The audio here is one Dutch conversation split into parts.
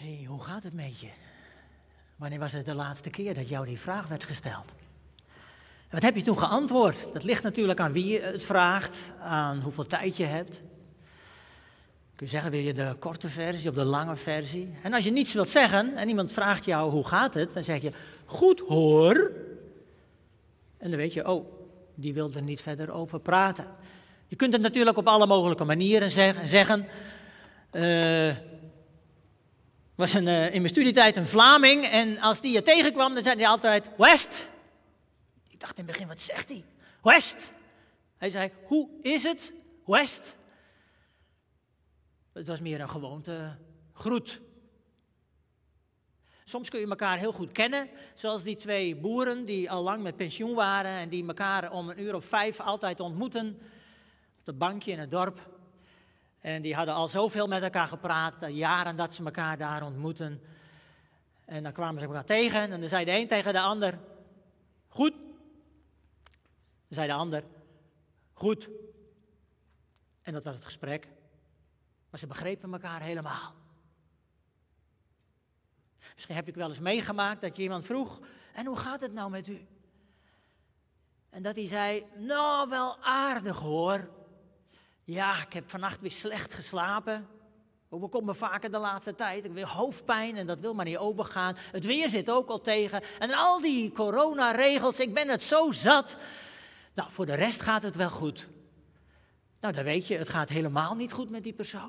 Hey, hoe gaat het met je? Wanneer was het de laatste keer dat jou die vraag werd gesteld? En wat heb je toen geantwoord? Dat ligt natuurlijk aan wie je het vraagt, aan hoeveel tijd je hebt. Kun je zeggen, wil je de korte versie of de lange versie? En als je niets wilt zeggen en iemand vraagt jou, hoe gaat het? Dan zeg je, goed hoor. En dan weet je, oh, die wil er niet verder over praten. Je kunt het natuurlijk op alle mogelijke manieren zeggen. Was in mijn studietijd een Vlaming en als die je tegenkwam, dan zei hij altijd, West. Ik dacht in het begin, wat zegt hij? West. Hij zei, hoe is het? West. Het was meer een gewoonte groet. Soms kun je elkaar heel goed kennen, zoals die twee boeren die al lang met pensioen waren en die elkaar om 5:00 altijd ontmoeten op het bankje in het dorp. En die hadden al zoveel met elkaar gepraat, de jaren dat ze elkaar daar ontmoeten. En dan kwamen ze elkaar tegen en dan zei de een tegen de ander, goed. Dan zei de ander, goed. En dat was het gesprek. Maar ze begrepen elkaar helemaal. Misschien heb je wel eens meegemaakt dat je iemand vroeg, en hoe gaat het nou met u? En dat hij zei, nou wel aardig hoor. Ja, ik heb vannacht weer slecht geslapen. Overkomt me vaker de laatste tijd. Ik heb weer hoofdpijn en dat wil maar niet overgaan. Het weer zit ook al tegen. En al die coronaregels, ik ben het zo zat. Nou, voor de rest gaat het wel goed. Nou, dan weet je, het gaat helemaal niet goed met die persoon.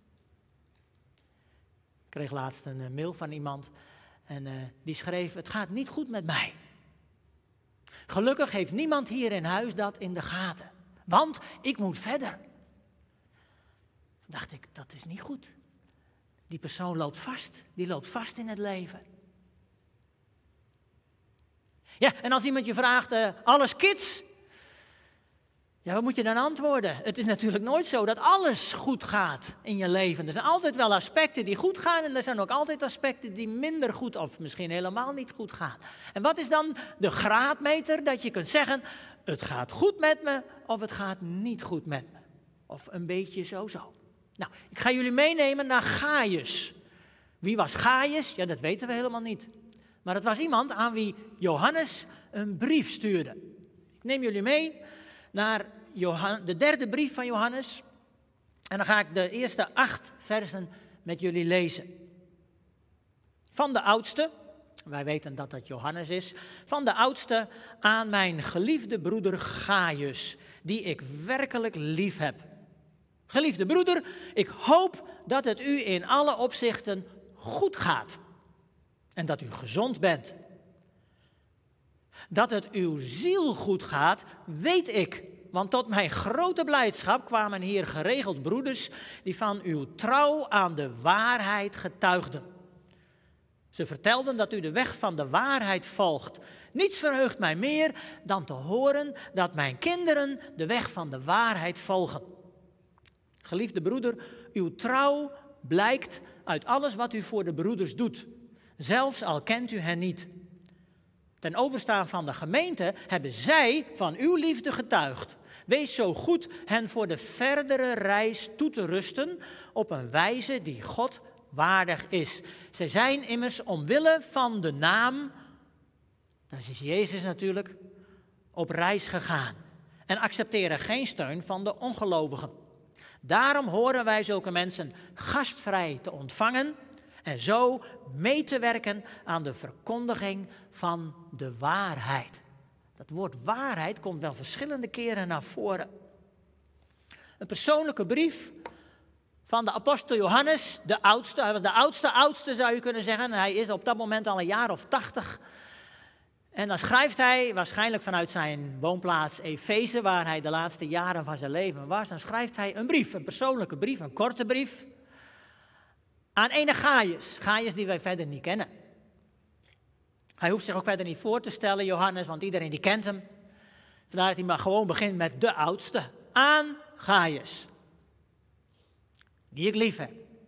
Ik kreeg laatst een mail van iemand en die schreef, het gaat niet goed met mij. Gelukkig heeft niemand hier in huis dat in de gaten. Want ik moet verder. Dacht ik, dat is niet goed. Die persoon loopt vast. Die loopt vast in het leven. Ja, en als iemand je vraagt, alles kids? Ja, wat moet je dan antwoorden? Het is natuurlijk nooit zo dat alles goed gaat in je leven. Er zijn altijd wel aspecten die goed gaan en er zijn ook altijd aspecten die minder goed of misschien helemaal niet goed gaan. En wat is dan de graadmeter dat je kunt zeggen, het gaat goed met me of het gaat niet goed met me? Of een beetje zo. Nou, ik ga jullie meenemen naar Gaius. Wie was Gaius? Ja, dat weten we helemaal niet. Maar het was iemand aan wie Johannes een brief stuurde. Ik neem jullie mee naar de 3e brief van Johannes. En dan ga ik de eerste 8 versen met jullie lezen. Van de oudste, wij weten dat dat Johannes is. Van de oudste aan mijn geliefde broeder Gaius, die ik werkelijk lief heb. Geliefde broeder, ik hoop dat het u in alle opzichten goed gaat. En dat u gezond bent. Dat het uw ziel goed gaat, weet ik. Want tot mijn grote blijdschap kwamen hier geregeld broeders die van uw trouw aan de waarheid getuigden. Ze vertelden dat u de weg van de waarheid volgt. Niets verheugt mij meer dan te horen dat mijn kinderen de weg van de waarheid volgen. Geliefde broeder, uw trouw blijkt uit alles wat u voor de broeders doet. Zelfs al kent u hen niet. Ten overstaan van de gemeente hebben zij van uw liefde getuigd. Wees zo goed hen voor de verdere reis toe te rusten op een wijze die God waardig is. Zij zijn immers omwille van de naam, dat is Jezus natuurlijk, op reis gegaan. En accepteren geen steun van de ongelovigen. Daarom horen wij zulke mensen gastvrij te ontvangen en zo mee te werken aan de verkondiging van de waarheid. Dat woord waarheid komt wel verschillende keren naar voren. Een persoonlijke brief van de apostel Johannes, de oudste. Hij was de oudste zou je kunnen zeggen. Hij is op dat moment al een jaar of 80. En dan schrijft hij, waarschijnlijk vanuit zijn woonplaats Efeze, waar hij de laatste jaren van zijn leven was, dan schrijft hij een brief, een persoonlijke brief, een korte brief, aan ene Gaius. Gaius die wij verder niet kennen. Hij hoeft zich ook verder niet voor te stellen, Johannes, want iedereen die kent hem. Vandaar dat hij maar gewoon begint met de oudste, aan Gaius, die ik lief heb.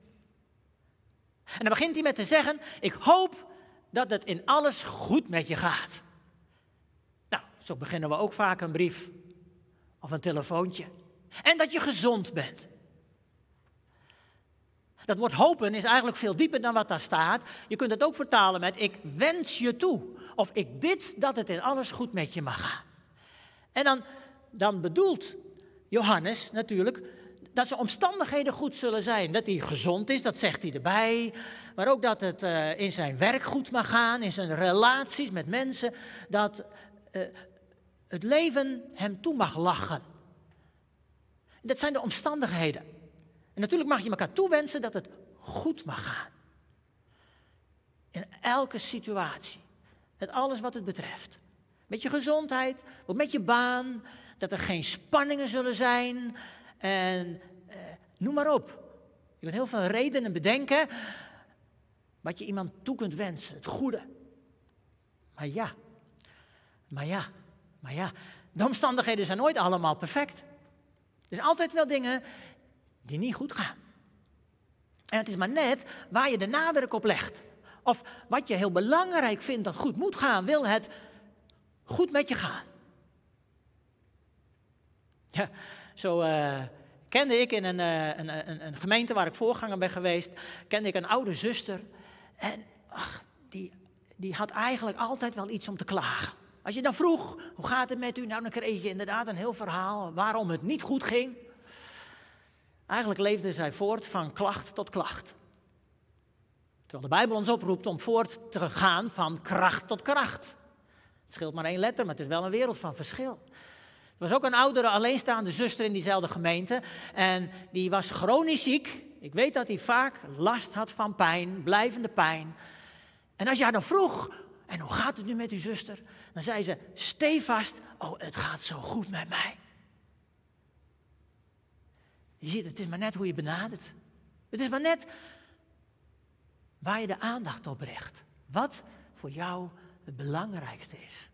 En dan begint hij met te zeggen, ik hoop dat het in alles goed met je gaat. Nou, zo beginnen we ook vaak een brief of een telefoontje. En dat je gezond bent. Dat woord hopen is eigenlijk veel dieper dan wat daar staat. Je kunt het ook vertalen met ik wens je toe. Of ik bid dat het in alles goed met je mag gaan. En dan bedoelt Johannes natuurlijk dat zijn omstandigheden goed zullen zijn. Dat hij gezond is, dat zegt hij erbij. Maar ook dat het in zijn werk goed mag gaan, in zijn relaties met mensen. Dat het leven hem toe mag lachen. Dat zijn de omstandigheden. En natuurlijk mag je elkaar toewensen dat het goed mag gaan. In elke situatie. Met alles wat het betreft. Met je gezondheid, ook met je baan. Dat er geen spanningen zullen zijn. En noem maar op. Je kunt heel veel redenen bedenken wat je iemand toe kunt wensen. Het goede. Maar ja. De omstandigheden zijn nooit allemaal perfect. Er zijn altijd wel dingen die niet goed gaan. En het is maar net waar je de nadruk op legt. Of wat je heel belangrijk vindt dat goed moet gaan, wil het goed met je gaan. Ja, zo kende ik in een gemeente waar ik voorganger ben geweest, kende ik een oude zuster. En die had eigenlijk altijd wel iets om te klagen. Als je dan vroeg, hoe gaat het met u? Nou, dan kreeg je inderdaad een heel verhaal waarom het niet goed ging. Eigenlijk leefde zij voort van klacht tot klacht. Terwijl de Bijbel ons oproept om voort te gaan van kracht tot kracht. Het scheelt maar 1 letter, maar het is wel een wereld van verschil. Er was ook een oudere alleenstaande zuster in diezelfde gemeente. En die was chronisch ziek. Ik weet dat hij vaak last had van pijn, blijvende pijn. En als je haar dan vroeg, en hoe gaat het nu met uw zuster? Dan zei ze, stevast, het gaat zo goed met mij. Je ziet, het is maar net hoe je benadert. Het is maar net waar je de aandacht op richt. Wat voor jou het belangrijkste is.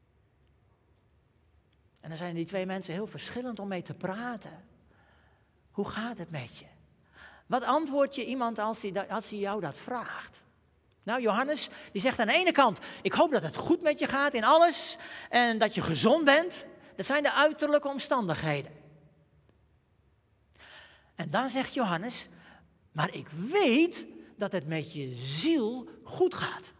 En dan zijn die 2 mensen heel verschillend om mee te praten. Hoe gaat het met je? Wat antwoord je iemand als hij jou dat vraagt? Nou, Johannes, die zegt aan de ene kant, ik hoop dat het goed met je gaat in alles en dat je gezond bent. Dat zijn de uiterlijke omstandigheden. En dan zegt Johannes, maar ik weet dat het met je ziel goed gaat.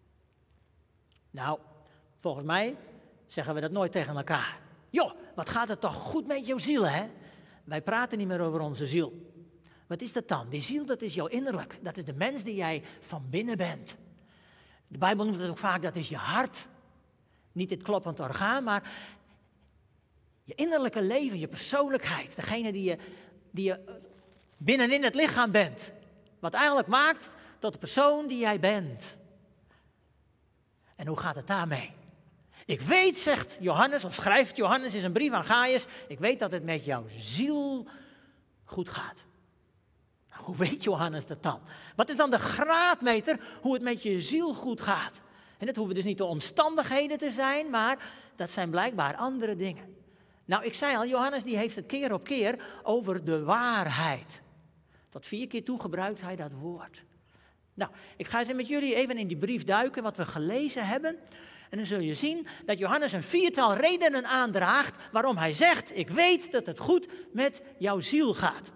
Nou, volgens mij zeggen we dat nooit tegen elkaar. Joh, wat gaat het toch goed met jouw ziel, hè? Wij praten niet meer over onze ziel. Wat is dat dan? Die ziel, dat is jouw innerlijk. Dat is de mens die jij van binnen bent. De Bijbel noemt het ook vaak, dat is je hart. Niet dit kloppend orgaan, maar je innerlijke leven, je persoonlijkheid. Degene die je binnenin het lichaam bent. Wat eigenlijk maakt tot de persoon die jij bent. En hoe gaat het daarmee? Ik weet, zegt Johannes, of schrijft Johannes in zijn brief aan Gaius, ik weet dat het met jouw ziel goed gaat. Nou, hoe weet Johannes dat dan? Wat is dan de graadmeter hoe het met je ziel goed gaat? En dat hoeven dus niet de omstandigheden te zijn, maar dat zijn blijkbaar andere dingen. Nou, ik zei al, Johannes die heeft het keer op keer over de waarheid. Tot 4 keer toe gebruikt hij dat woord. Nou, ik ga eens met jullie even in die brief duiken wat we gelezen hebben. En dan zul je zien dat Johannes een 4-tal redenen aandraagt waarom hij zegt, ik weet dat het goed met jouw ziel gaat.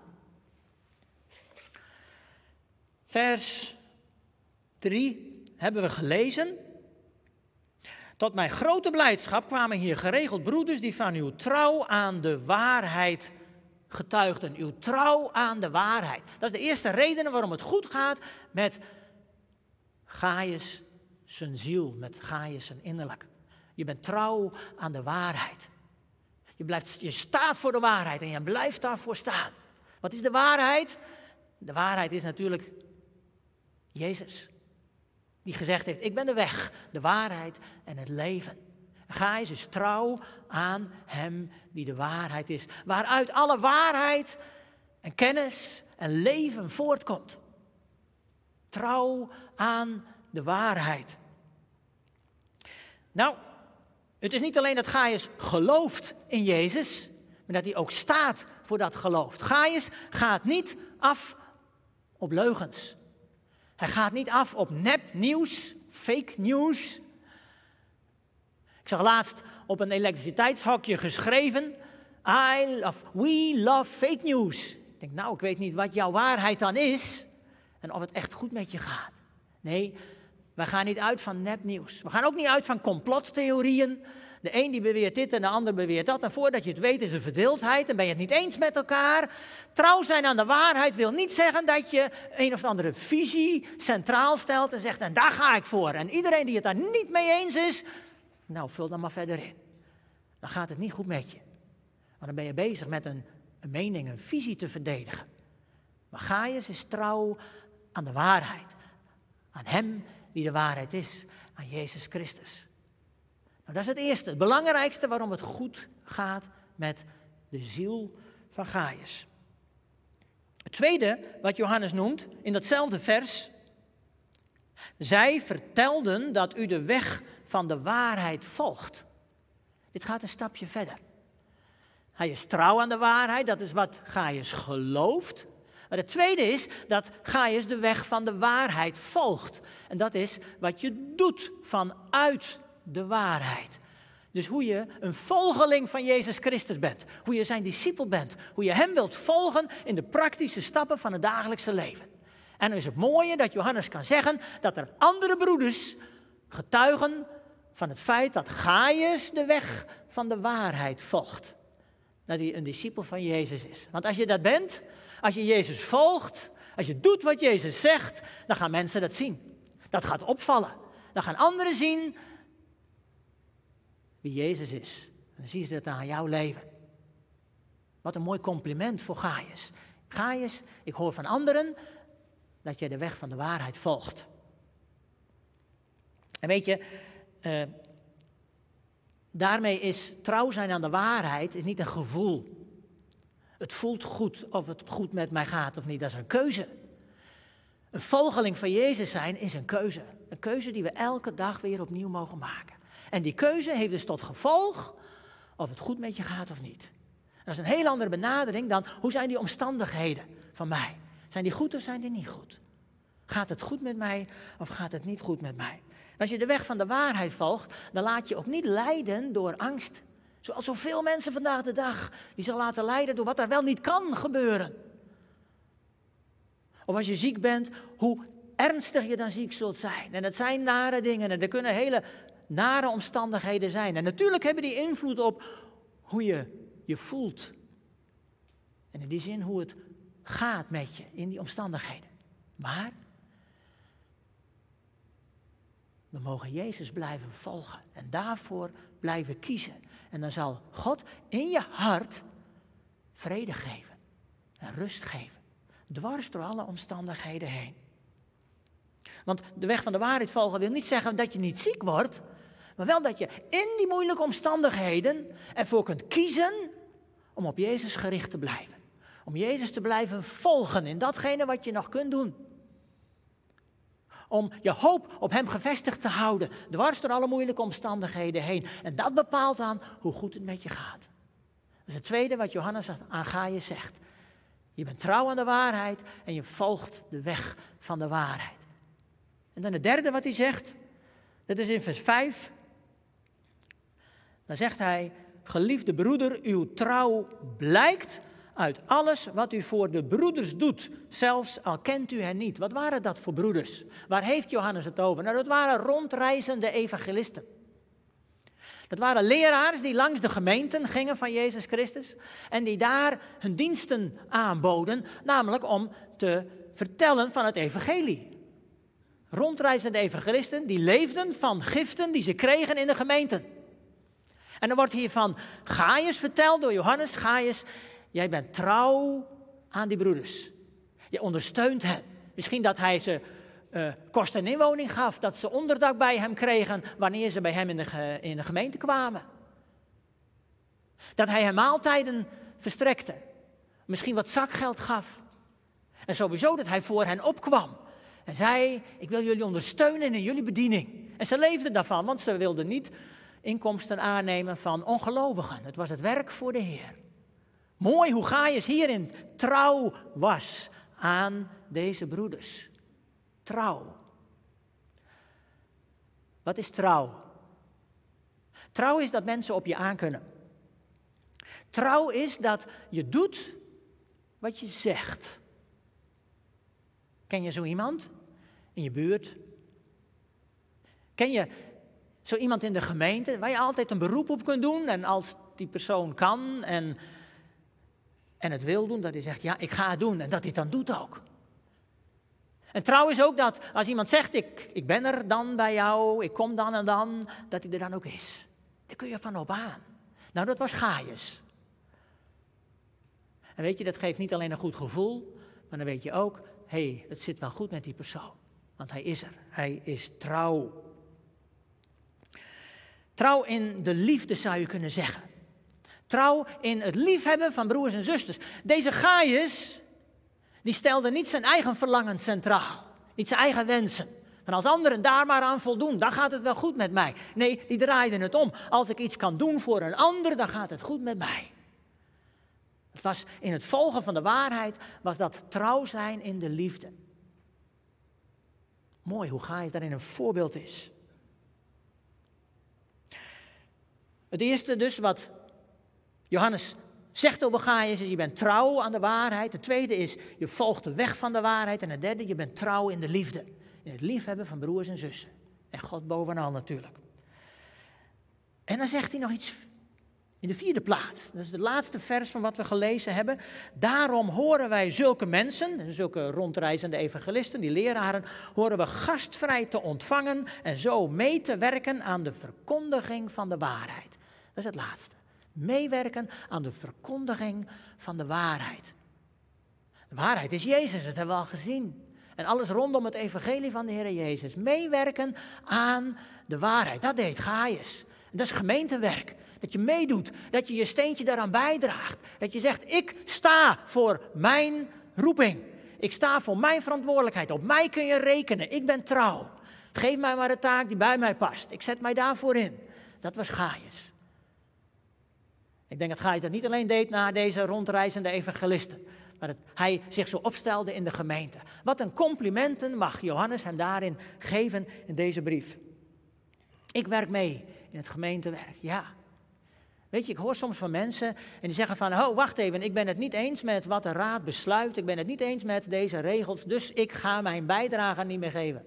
Vers 3 hebben we gelezen. Tot mijn grote blijdschap kwamen hier geregeld broeders die van uw trouw aan de waarheid getuigden. Uw trouw aan de waarheid. Dat is de eerste reden waarom het goed gaat met Gaius zijn ziel, met Gaius zijn innerlijk. Je bent trouw aan de waarheid. Je staat voor de waarheid en je blijft daarvoor staan. Wat is de waarheid? De waarheid is natuurlijk Jezus. Die gezegd heeft, ik ben de weg, de waarheid en het leven. Gaius is trouw aan hem die de waarheid is. Waaruit alle waarheid en kennis en leven voortkomt. Trouw aan de waarheid. Nou, het is niet alleen dat Gaius gelooft in Jezus, maar dat hij ook staat voor dat geloof. Gaius gaat niet af op leugens. Hij gaat niet af op nepnieuws, fake nieuws. Ik zag laatst op een elektriciteitshokje geschreven, we love fake news. denk, nou, ik weet niet wat jouw waarheid dan is en of het echt goed met je gaat. Nee, wij gaan niet uit van nepnieuws. We gaan ook niet uit van complottheorieën. De een die beweert dit en de ander beweert dat. En voordat je het weet is er verdeeldheid en ben je het niet eens met elkaar. Trouw zijn aan de waarheid wil niet zeggen dat je een of andere visie centraal stelt en zegt, en daar ga ik voor. En iedereen die het daar niet mee eens is, nou, vul dan maar verder in. Dan gaat het niet goed met je. Want dan ben je bezig met een mening, een visie te verdedigen. Maar Gaius is trouw aan de waarheid. Aan hem die de waarheid is. Aan Jezus Christus. Nou, dat is het eerste. Het belangrijkste waarom het goed gaat met de ziel van Gaius. Het tweede wat Johannes noemt in datzelfde vers. Zij vertelden dat u de weg van de waarheid volgt. Dit gaat een stapje verder. Hij is trouw aan de waarheid, dat is wat Gaius gelooft. Maar het tweede is dat Gaius de weg van de waarheid volgt. En dat is wat je doet vanuit de waarheid. Dus hoe je een volgeling van Jezus Christus bent. Hoe je zijn discipel bent. Hoe je hem wilt volgen in de praktische stappen van het dagelijkse leven. En dan is het mooie dat Johannes kan zeggen dat er andere broeders getuigen van het feit dat Gaius de weg van de waarheid volgt. Dat hij een discipel van Jezus is. Want als je dat bent, als je Jezus volgt, als je doet wat Jezus zegt, dan gaan mensen dat zien. Dat gaat opvallen. Dan gaan anderen zien wie Jezus is. En dan zien ze het aan jouw leven. Wat een mooi compliment voor Gaius. Gaius, ik hoor van anderen dat jij de weg van de waarheid volgt. En weet je, daarmee is trouw zijn aan de waarheid is niet een gevoel. Het voelt goed of het goed met mij gaat of niet, dat is een keuze. Een volgeling van Jezus zijn is een keuze. Een keuze die we elke dag weer opnieuw mogen maken. En die keuze heeft dus tot gevolg of het goed met je gaat of niet. Dat is een heel andere benadering dan hoe zijn die omstandigheden van mij. Zijn die goed of zijn die niet goed? Gaat het goed met mij of gaat het niet goed met mij? En als je de weg van de waarheid volgt, dan laat je ook niet leiden door angst. Zoals zoveel mensen vandaag de dag die zich laten leiden door wat er wel niet kan gebeuren. Of als je ziek bent, hoe ernstig je dan ziek zult zijn. En het zijn nare dingen en er kunnen hele nare omstandigheden zijn. En natuurlijk hebben die invloed op hoe je je voelt. En in die zin hoe het gaat met je in die omstandigheden. Maar we mogen Jezus blijven volgen en daarvoor blijven kiezen. En dan zal God in je hart vrede geven en rust geven. Dwars door alle omstandigheden heen. Want de weg van de waarheid volgen wil niet zeggen dat je niet ziek wordt. Maar wel dat je in die moeilijke omstandigheden ervoor kunt kiezen om op Jezus gericht te blijven. Om Jezus te blijven volgen in datgene wat je nog kunt doen. Om je hoop op hem gevestigd te houden, dwars door alle moeilijke omstandigheden heen. En dat bepaalt dan hoe goed het met je gaat. Dat is het tweede wat Johannes aan Gaius zegt. Je bent trouw aan de waarheid en je volgt de weg van de waarheid. En dan het derde wat hij zegt, dat is in vers 5. Dan zegt hij, geliefde broeder, uw trouw blijkt uit alles wat u voor de broeders doet, zelfs al kent u hen niet. Wat waren dat voor broeders? Waar heeft Johannes het over? Nou, dat waren rondreizende evangelisten. Dat waren leraars die langs de gemeenten gingen van Jezus Christus en die daar hun diensten aanboden, namelijk om te vertellen van het evangelie. Rondreizende evangelisten die leefden van giften die ze kregen in de gemeenten. En er wordt hier van Gaius verteld door Johannes. Gaius, jij bent trouw aan die broeders. Je ondersteunt hen. Misschien dat hij ze kost en inwoning gaf. Dat ze onderdak bij hem kregen wanneer ze bij hem in de gemeente kwamen. Dat hij hen maaltijden verstrekte. Misschien wat zakgeld gaf. En sowieso dat hij voor hen opkwam. En zei, ik wil jullie ondersteunen in jullie bediening. En ze leefden daarvan, want ze wilden niet inkomsten aannemen van ongelovigen. Het was het werk voor de Heer. Mooi hoe Gaius hierin trouw was aan deze broeders. Trouw. Wat is trouw? Trouw is dat mensen op je aankunnen. Trouw is dat je doet wat je zegt. Ken je zo iemand in je buurt? Ken je zo iemand in de gemeente waar je altijd een beroep op kunt doen en als die persoon kan en het wil doen, dat hij zegt ja, ik ga het doen en dat hij het dan doet ook. En trouw is ook dat als iemand zegt ik ben er dan bij jou, ik kom dan en dan, dat hij er dan ook is. Daar kun je van op aan. Nou, dat was Gaius. En weet je, dat geeft niet alleen een goed gevoel, maar dan weet je ook, hé, het zit wel goed met die persoon. Want hij is er. Hij is trouw. Trouw in de liefde zou je kunnen zeggen. Trouw in het liefhebben van broers en zusters. Deze Gaius, die stelde niet zijn eigen verlangen centraal. Niet zijn eigen wensen. Van als anderen daar maar aan voldoen, dan gaat het wel goed met mij. Nee, die draaide het om. Als ik iets kan doen voor een ander, dan gaat het goed met mij. Het was in het volgen van de waarheid, was dat trouw zijn in de liefde. Mooi hoe Gaius daarin een voorbeeld is. Het eerste dus wat Johannes zegt over Gaius is, je bent trouw aan de waarheid. Het tweede is, je volgt de weg van de waarheid. En het derde, je bent trouw in de liefde. In het liefhebben van broers en zussen. En God bovenal natuurlijk. En dan zegt hij nog iets in de vierde plaats. Dat is het laatste vers van wat we gelezen hebben. Daarom horen wij zulke mensen, zulke rondreizende evangelisten, die leraren, horen we gastvrij te ontvangen en zo mee te werken aan de verkondiging van de waarheid. Dat is het laatste. Meewerken aan de verkondiging van de waarheid. De waarheid is Jezus, dat hebben we al gezien. En alles rondom het evangelie van de Heer Jezus. Meewerken aan de waarheid. Dat deed Gaius. En dat is gemeentewerk. Dat je meedoet. Dat je je steentje daaraan bijdraagt. Dat je zegt, ik sta voor mijn roeping. Ik sta voor mijn verantwoordelijkheid. Op mij kun je rekenen. Ik ben trouw. Geef mij maar de taak die bij mij past. Ik zet mij daarvoor in. Dat was Gaius. Ik denk dat Gaius dat niet alleen deed na deze rondreizende evangelisten. Maar dat hij zich zo opstelde in de gemeente. Wat een complimenten mag Johannes hem daarin geven in deze brief. Ik werk mee in het gemeentewerk, ja. Weet je, ik hoor soms van mensen en die zeggen van, oh, wacht even, ik ben het niet eens met wat de raad besluit. Ik ben het niet eens met deze regels, dus ik ga mijn bijdrage niet meer geven.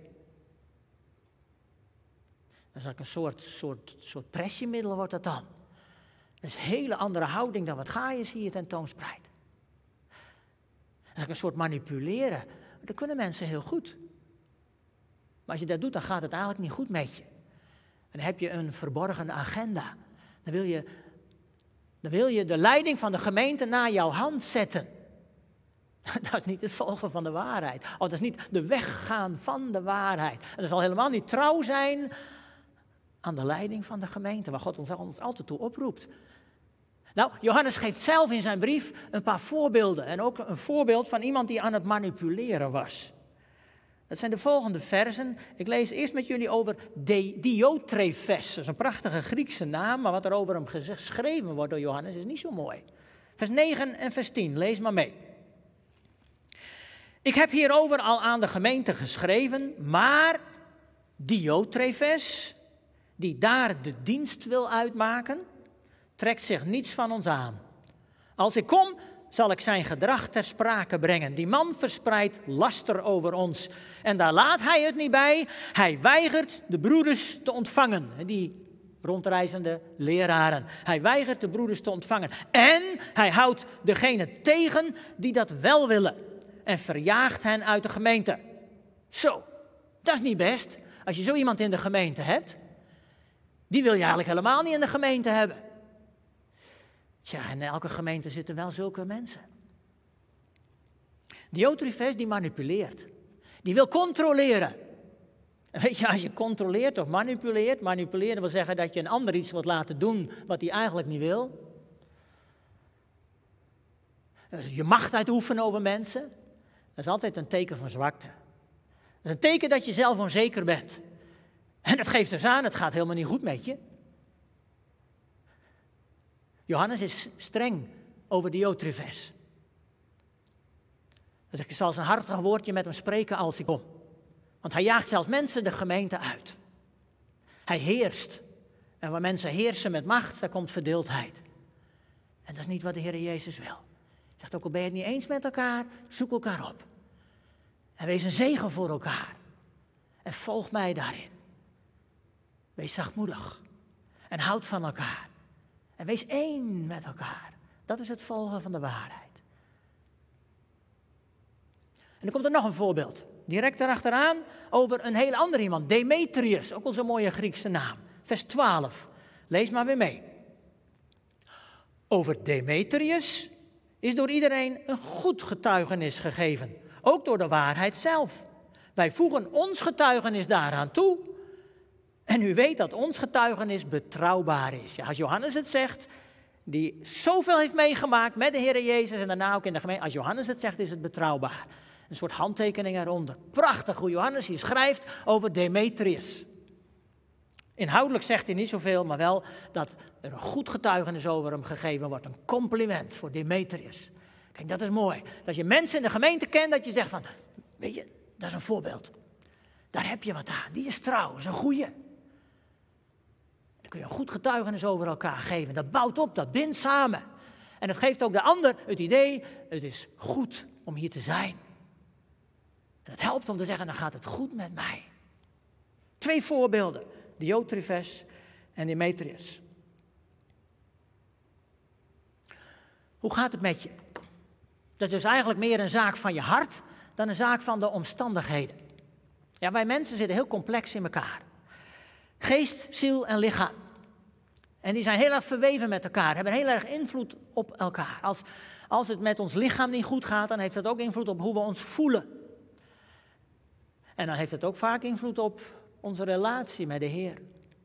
Dat is ook een soort pressiemiddel wordt dat dan. Dat is een hele andere houding dan wat Gaius hier tentoonspreidt. Dat is een soort manipuleren. Dat kunnen mensen heel goed. Maar als je dat doet, dan gaat het eigenlijk niet goed met je. En dan heb je een verborgen agenda. Dan wil je de leiding van de gemeente naar jouw hand zetten. Dat is niet het volgen van de waarheid. Of dat is niet de weg gaan van de waarheid. En dat zal helemaal niet trouw zijn aan de leiding van de gemeente, waar God ons altijd toe oproept. Nou, Johannes geeft zelf in zijn brief een paar voorbeelden. En ook een voorbeeld van iemand die aan het manipuleren was. Dat zijn de volgende versen. Ik lees eerst met jullie over Diotrefes. Dat is een prachtige Griekse naam, maar wat er over hem geschreven wordt door Johannes is niet zo mooi. Vers 9 en vers 10, lees maar mee. Ik heb hierover al aan de gemeente geschreven, maar Diotrefes, die daar de dienst wil uitmaken, trekt zich niets van ons aan. Als ik kom, zal ik zijn gedrag ter sprake brengen. Die man verspreidt laster over ons. En daar laat hij het niet bij. Hij weigert de broeders te ontvangen. Die rondreizende leraren. Hij weigert de broeders te ontvangen. En hij houdt degene tegen die dat wel willen. En verjaagt hen uit de gemeente. Zo, dat is niet best. Als je zo iemand in de gemeente hebt. Die wil je eigenlijk helemaal niet in de gemeente hebben. Tja, in elke gemeente zitten wel zulke mensen. Diotrefes die manipuleert. Die wil controleren. En weet je, als je controleert of manipuleert. Manipuleren wil zeggen dat je een ander iets wilt laten doen wat hij eigenlijk niet wil. Je macht uitoefenen over mensen. Dat is altijd een teken van zwakte. Dat is een teken dat je zelf onzeker bent. En dat geeft dus aan, het gaat helemaal niet goed met je. Johannes is streng over Diotrefes. Dus ik zal een hartig woordje met hem spreken als ik kom. Want hij jaagt zelfs mensen de gemeente uit. Hij heerst. En waar mensen heersen met macht, daar komt verdeeldheid. En dat is niet wat de Heer Jezus wil. Zegt ook al ben je het niet eens met elkaar, zoek elkaar op. En wees een zegen voor elkaar. En volg mij daarin. Wees zachtmoedig. En houd van elkaar. En wees één met elkaar. Dat is het volgen van de waarheid. En dan komt er nog een voorbeeld. Direct erachteraan over een heel ander iemand. Demetrius, ook al zo'n mooie Griekse naam. Vers 12. Lees maar weer mee. Over Demetrius is door iedereen een goed getuigenis gegeven. Ook door de waarheid zelf. Wij voegen ons getuigenis daaraan toe. En u weet dat ons getuigenis betrouwbaar is. Ja, als Johannes het zegt, die zoveel heeft meegemaakt met de Heer Jezus en daarna ook in de gemeente. Als Johannes het zegt, is het betrouwbaar. Een soort handtekening eronder. Prachtig hoe Johannes hier schrijft over Demetrius. Inhoudelijk zegt hij niet zoveel, maar wel dat er een goed getuigenis over hem gegeven wordt. Een compliment voor Demetrius. Kijk, dat is mooi. Dat je mensen in de gemeente kent, dat je zegt van, weet je, dat is een voorbeeld. Daar heb je wat aan. Die is trouw, dat is een goeie. Dan kun je een goed getuigenis over elkaar geven. Dat bouwt op, dat bindt samen. En dat geeft ook de ander het idee, het is goed om hier te zijn. En het helpt om te zeggen, dan gaat het goed met mij. 2 voorbeelden. Diotrephes en Demetrius. Hoe gaat het met je? Dat is dus eigenlijk meer een zaak van je hart dan een zaak van de omstandigheden. Ja, wij mensen zitten heel complex in elkaar. Geest, ziel en lichaam. En die zijn heel erg verweven met elkaar, hebben heel erg invloed op elkaar. Als het met ons lichaam niet goed gaat, dan heeft dat ook invloed op hoe we ons voelen. En dan heeft het ook vaak invloed op onze relatie met de Heer.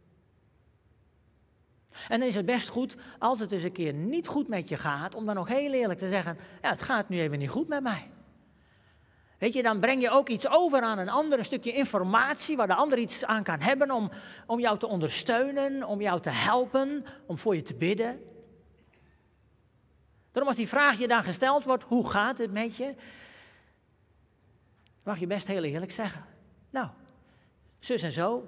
En dan is het best goed, als het eens een keer niet goed met je gaat, om dan ook heel eerlijk te zeggen, ja, het gaat nu even niet goed met mij. Weet je, dan breng je ook iets over aan een ander, een stukje informatie waar de ander iets aan kan hebben om jou te ondersteunen, om jou te helpen, om voor je te bidden. Daarom als die vraag je dan gesteld wordt, hoe gaat het met je? Mag je best heel eerlijk zeggen. Nou, zus en zo.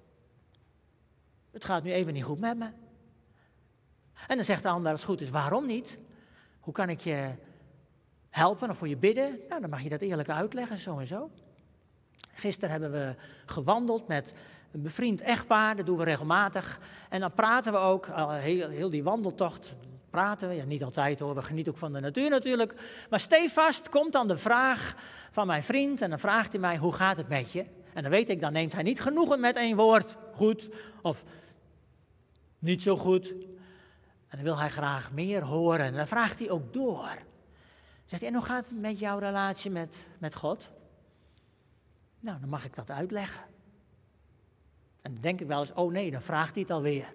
Het gaat nu even niet goed met me. En dan zegt de ander als het goed is, waarom niet? Hoe kan ik je helpen of voor je bidden? Nou, dan mag je dat eerlijk uitleggen, zo en zo. Gisteren hebben we gewandeld met een bevriend echtpaar, dat doen we regelmatig. En dan praten we ook, heel die wandeltocht, praten we. Ja, niet altijd hoor, we genieten ook van de natuur natuurlijk. Maar stevast komt dan de vraag van mijn vriend en dan vraagt hij mij, hoe gaat het met je? En dan weet ik, dan neemt hij niet genoegen met 1 woord, goed of niet zo goed. En dan wil hij graag meer horen en dan vraagt hij ook door. Zegt hij, en hoe gaat het met jouw relatie met God? Nou, dan mag ik dat uitleggen. En dan denk ik wel eens, oh nee, dan vraagt hij het alweer.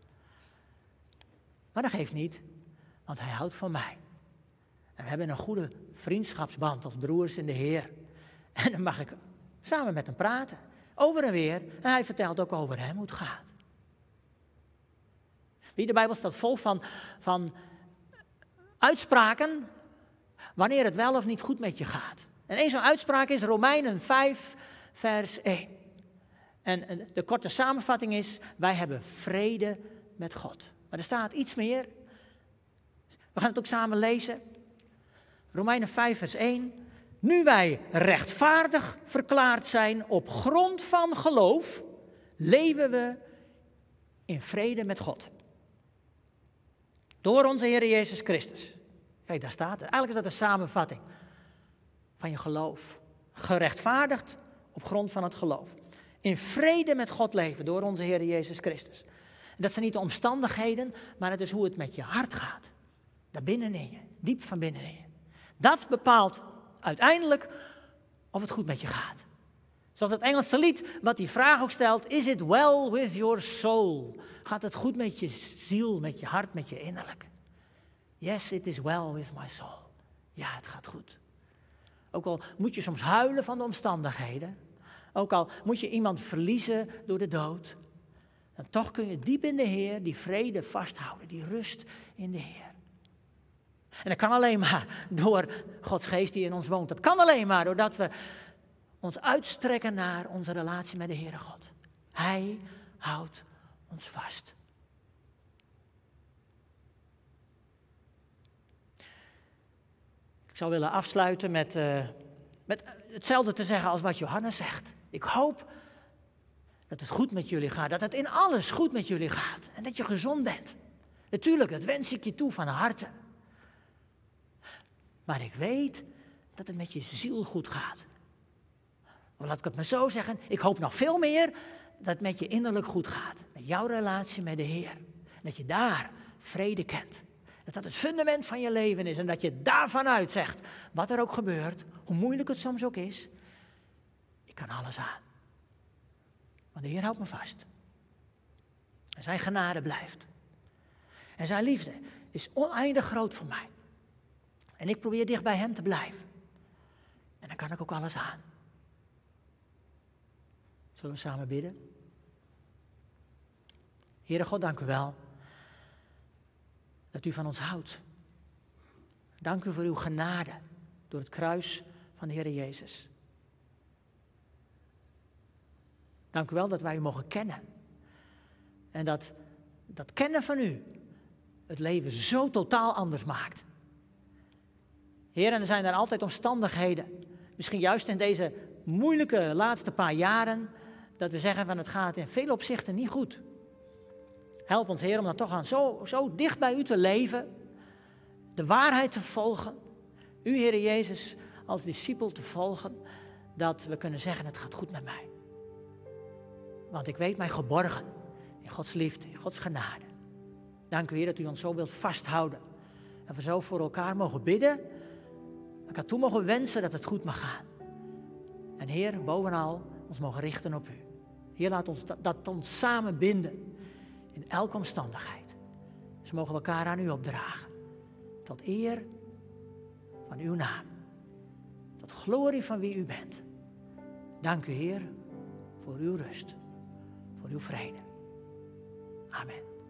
Maar dat geeft niet, want hij houdt van mij. En we hebben een goede vriendschapsband als broers in de Heer. En dan mag ik samen met hem praten, over en weer. En hij vertelt ook over hem hoe het gaat. De Bijbel staat vol van uitspraken wanneer het wel of niet goed met je gaat. En één zo'n uitspraak is Romeinen 5, vers 1. En de korte samenvatting is, wij hebben vrede met God. Maar er staat iets meer. We gaan het ook samen lezen. Romeinen 5, vers 1. Nu wij rechtvaardig verklaard zijn op grond van geloof, leven we in vrede met God. Door onze Heer Jezus Christus. Kijk, daar staat het. Eigenlijk is dat een samenvatting van je geloof. Gerechtvaardigd op grond van het geloof. In vrede met God leven door onze Heer Jezus Christus. En dat zijn niet de omstandigheden, maar het is hoe het met je hart gaat. Daar binnenin je, diep van binnenin je. Dat bepaalt uiteindelijk of het goed met je gaat. Zoals het Engelse lied, wat die vraag ook stelt, is it well with your soul? Gaat het goed met je ziel, met je hart, met je innerlijk? Yes, it is well with my soul. Ja, het gaat goed. Ook al moet je soms huilen van de omstandigheden, ook al moet je iemand verliezen door de dood, dan toch kun je diep in de Heer die vrede vasthouden, die rust in de Heer. En dat kan alleen maar door Gods geest die in ons woont. Dat kan alleen maar doordat we ons uitstrekken naar onze relatie met de Heere God. Hij houdt ons vast. Ik zou willen afsluiten met hetzelfde te zeggen als wat Johannes zegt. Ik hoop dat het goed met jullie gaat, dat het in alles goed met jullie gaat en dat je gezond bent. Natuurlijk, dat wens ik je toe van harte. Maar ik weet dat het met je ziel goed gaat. Of laat ik het maar zo zeggen, ik hoop nog veel meer dat het met je innerlijk goed gaat. Met jouw relatie met de Heer. En dat je daar vrede kent. Dat dat het fundament van je leven is en dat je daarvan uit zegt, wat er ook gebeurt, hoe moeilijk het soms ook is, ik kan alles aan. Want de Heer houdt me vast. En zijn genade blijft. En zijn liefde is oneindig groot voor mij. En ik probeer dicht bij hem te blijven. En dan kan ik ook alles aan. Zullen we samen bidden? Heere God, dank u wel dat u van ons houdt. Dank u voor uw genade door het kruis van de Heer Jezus. Dank u wel dat wij u mogen kennen. En dat kennen van u het leven zo totaal anders maakt. Heer, en er zijn er altijd omstandigheden, misschien juist in deze moeilijke laatste paar jaren, dat we zeggen van het gaat in vele opzichten niet goed. Help ons, Heer, om dan toch aan zo dicht bij u te leven, de waarheid te volgen, u, Heer Jezus, als discipel te volgen, dat we kunnen zeggen het gaat goed met mij. Want ik weet mij geborgen in Gods liefde, in Gods genade. Dank u, Heer, dat u ons zo wilt vasthouden. Dat we zo voor elkaar mogen bidden, elkaar toe mogen wensen dat het goed mag gaan. En Heer, bovenal ons mogen richten op u. Heer, laat ons dat ons samen binden in elke omstandigheid. Dus mogen we elkaar aan u opdragen. Tot eer van uw naam. Tot glorie van wie u bent. Dank u, Heer, voor uw rust. Voor uw vrede. Amen.